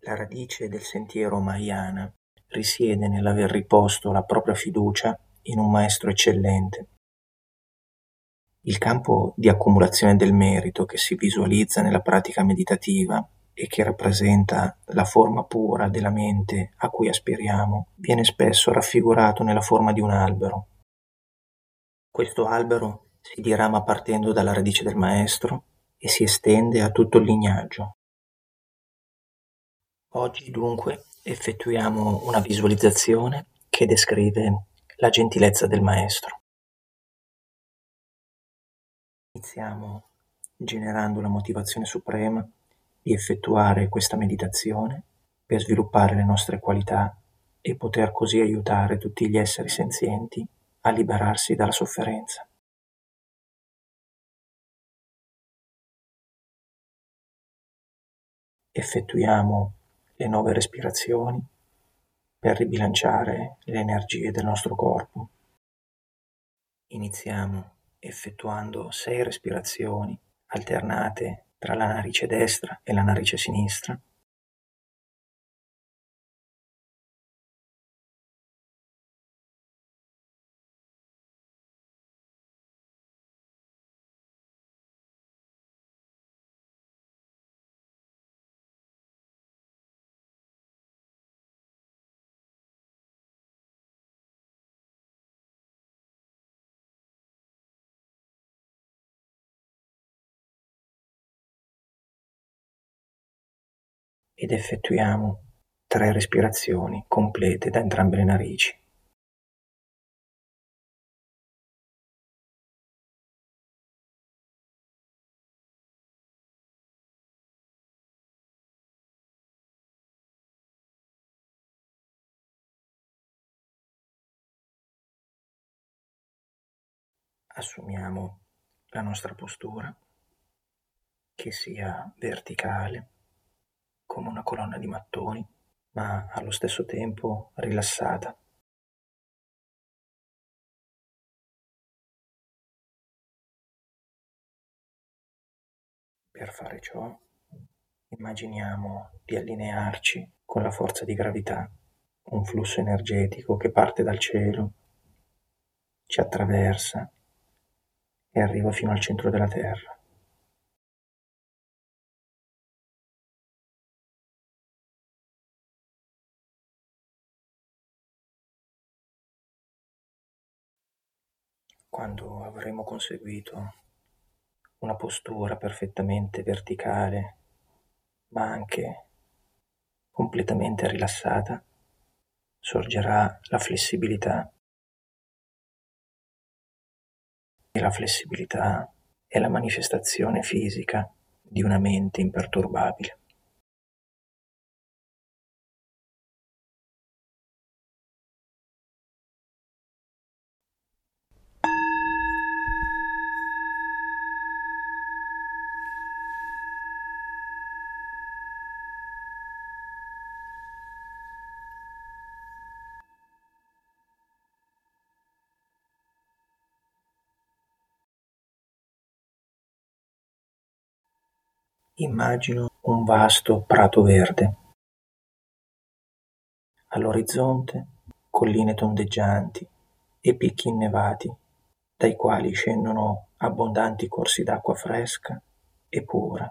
La radice del sentiero Mahayana risiede nell'aver riposto la propria fiducia in un maestro eccellente. Il campo di accumulazione del merito che si visualizza nella pratica meditativa e che rappresenta la forma pura della mente a cui aspiriamo, viene spesso raffigurato nella forma di un albero. Questo albero si dirama partendo dalla radice del maestro e si estende a tutto il lignaggio. Oggi dunque effettuiamo una visualizzazione che descrive la gentilezza del maestro. Iniziamo generando la motivazione suprema di effettuare questa meditazione per sviluppare le nostre qualità e poter così aiutare tutti gli esseri senzienti a liberarsi dalla sofferenza. Effettuiamo le 9 respirazioni per ribilanciare le energie del nostro corpo. Iniziamo effettuando 6 respirazioni alternate tra la narice destra e la narice sinistra. Ed effettuiamo 3 respirazioni complete da entrambe le narici. Assumiamo la nostra postura, che sia verticale, come una colonna di mattoni, ma allo stesso tempo rilassata. Per fare ciò, immaginiamo di allinearci con la forza di gravità, un flusso energetico che parte dal cielo, ci attraversa e arriva fino al centro della Terra. Quando avremo conseguito una postura perfettamente verticale, ma anche completamente rilassata, sorgerà la flessibilità. E la flessibilità è la manifestazione fisica di una mente imperturbabile. Immagino un vasto prato verde. All'orizzonte colline tondeggianti e picchi innevati, dai quali scendono abbondanti corsi d'acqua fresca e pura.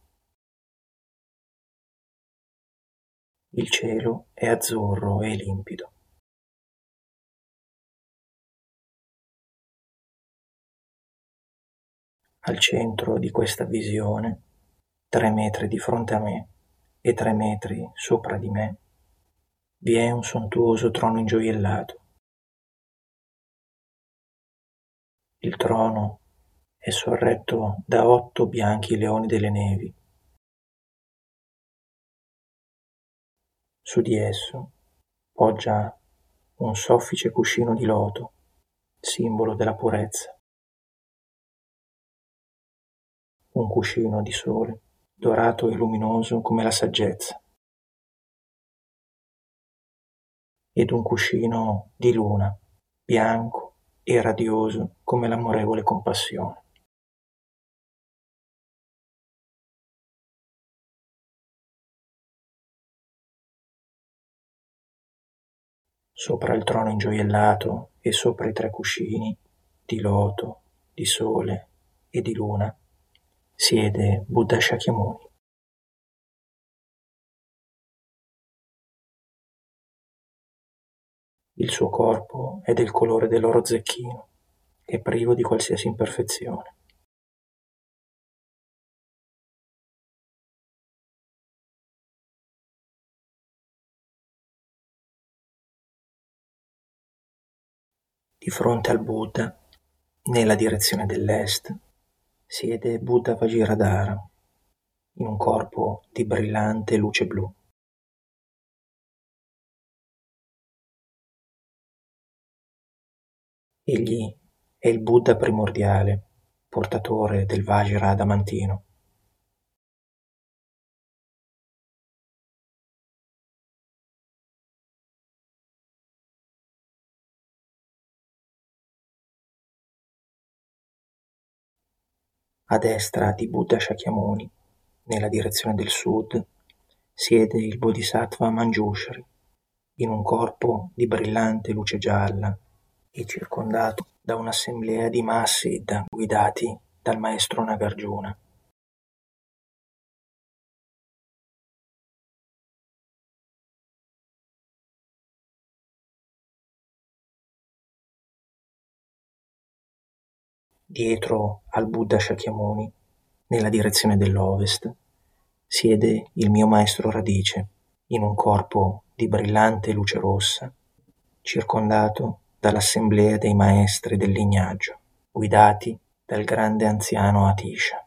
Il cielo è azzurro e limpido. Al centro di questa visione, 3 metri di fronte a me e 3 metri sopra di me, vi è un sontuoso trono ingioiellato. Il trono è sorretto da 8 bianchi leoni delle nevi. Su di esso poggia un soffice cuscino di loto, simbolo della purezza. Un cuscino di sole, dorato e luminoso come la saggezza. Ed un cuscino di luna, bianco e radioso come l'amorevole compassione. Sopra il trono ingioiellato e sopra i tre cuscini di loto, di sole e di luna siede Buddha Shakyamuni. Il suo corpo è del colore dell'oro zecchino, è privo di qualsiasi imperfezione. Di fronte al Buddha, nella direzione dell'est, siede Buddha Vajradhara, in un corpo di brillante luce blu. Egli è il Buddha primordiale, portatore del Vajra adamantino. A destra di Buddha Shakyamuni, nella direzione del sud, siede il Bodhisattva Manjushri, in un corpo di brillante luce gialla e circondato da un'assemblea di Mahasiddha guidati dal maestro Nagarjuna. Dietro al Buddha Shakyamuni, nella direzione dell'ovest, siede il mio maestro radice, in un corpo di brillante luce rossa, circondato dall'assemblea dei maestri del lignaggio, guidati dal grande anziano Atisha.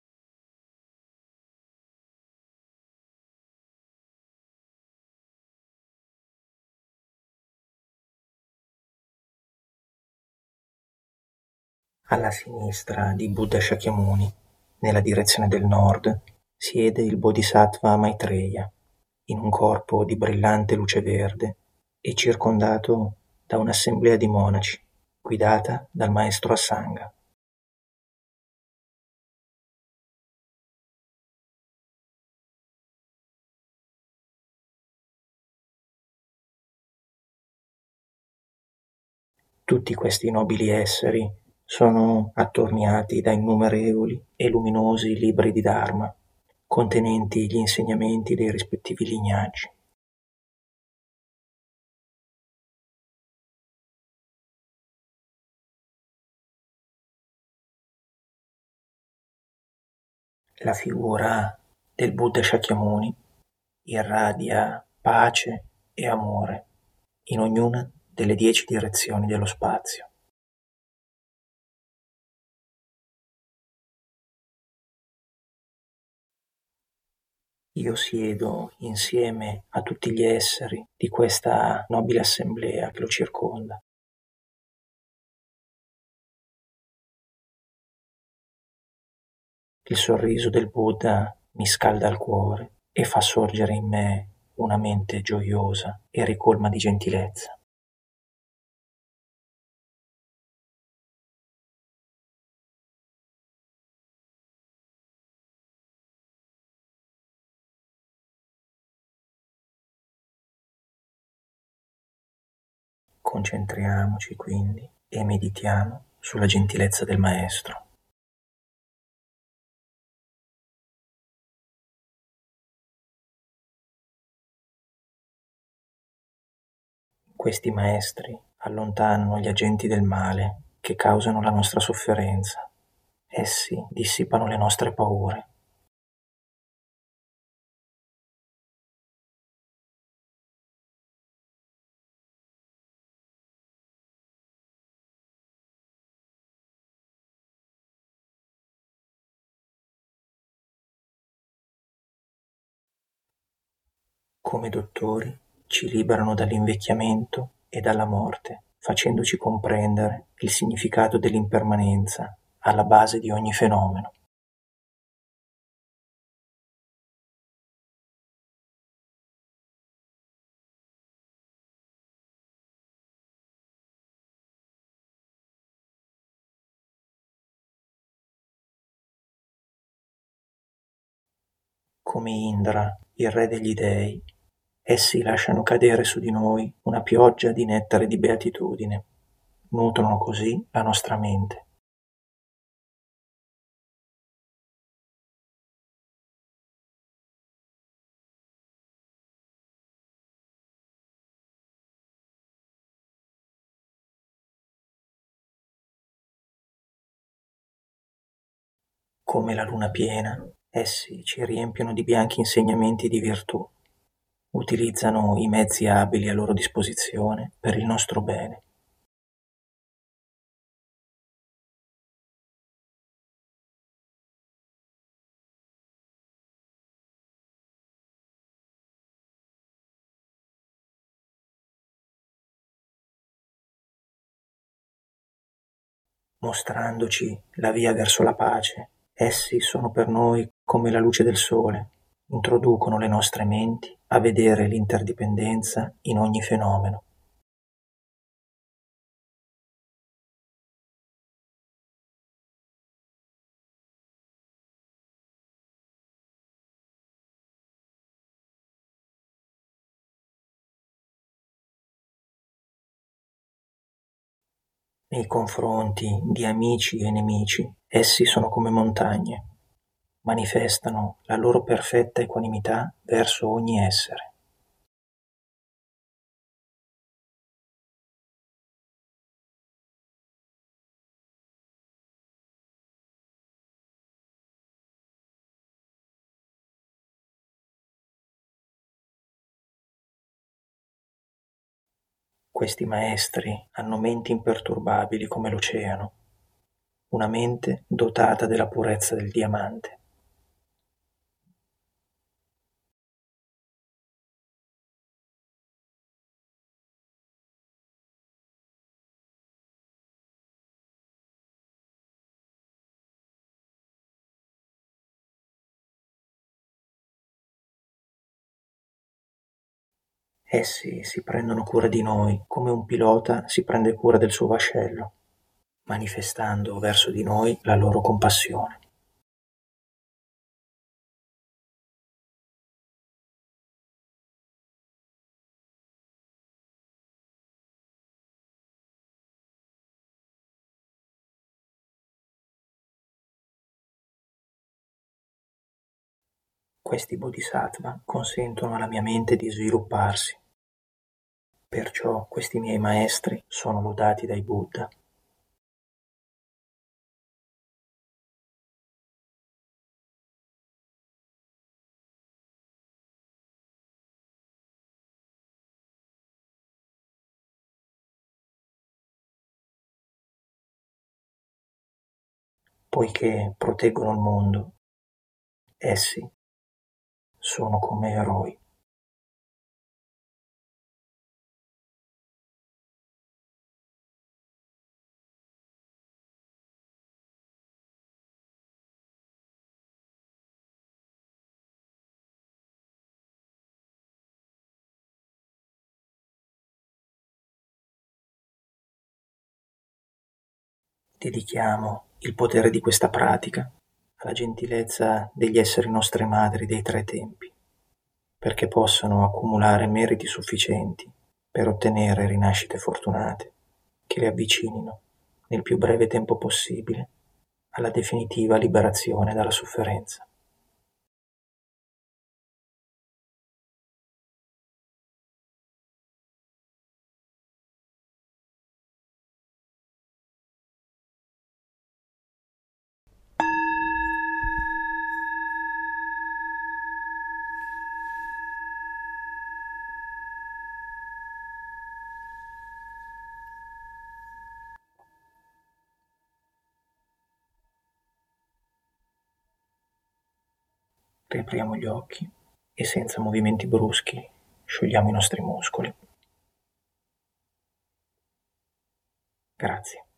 Alla sinistra di Buddha Shakyamuni, nella direzione del nord, siede il Bodhisattva Maitreya, in un corpo di brillante luce verde e circondato da un'assemblea di monaci, guidata dal maestro Asanga. Tutti questi nobili esseri sono attorniati da innumerevoli e luminosi libri di Dharma, contenenti gli insegnamenti dei rispettivi lignaggi. La figura del Buddha Shakyamuni irradia pace e amore in ognuna delle 10 direzioni dello spazio. Io siedo insieme a tutti gli esseri di questa nobile assemblea che lo circonda. Il sorriso del Buddha mi scalda il cuore e fa sorgere in me una mente gioiosa e ricolma di gentilezza. Concentriamoci quindi e meditiamo sulla gentilezza del Maestro. Questi maestri allontanano gli agenti del male che causano la nostra sofferenza. Essi dissipano le nostre paure. Come dottori ci liberano dall'invecchiamento e dalla morte, facendoci comprendere il significato dell'impermanenza alla base di ogni fenomeno. Come Indra, il re degli dei, Essi lasciano cadere su di noi una pioggia di nettare di beatitudine, nutrono così la nostra mente. Come la luna piena, essi ci riempiono di bianchi insegnamenti di virtù, utilizzano i mezzi abili a loro disposizione per il nostro bene. Mostrandoci la via verso la pace, essi sono per noi come la luce del sole, introducono le nostre menti a vedere l'interdipendenza in ogni fenomeno. Nei confronti di amici e nemici, essi sono come montagne, manifestano la loro perfetta equanimità verso ogni essere. Questi maestri hanno menti imperturbabili come l'oceano, una mente dotata della purezza del diamante. Essi si prendono cura di noi come un pilota si prende cura del suo vascello, manifestando verso di noi la loro compassione. Questi bodhisattva consentono alla mia mente di svilupparsi. Perciò questi miei maestri sono lodati dai Buddha. Poiché proteggono il mondo, essi sono come eroi. Dedichiamo il potere di questa pratica alla gentilezza degli esseri nostre madri dei tre tempi, perché possano accumulare meriti sufficienti per ottenere rinascite fortunate che le avvicinino nel più breve tempo possibile alla definitiva liberazione dalla sofferenza. Riapriamo gli occhi e senza movimenti bruschi sciogliamo i nostri muscoli. Grazie.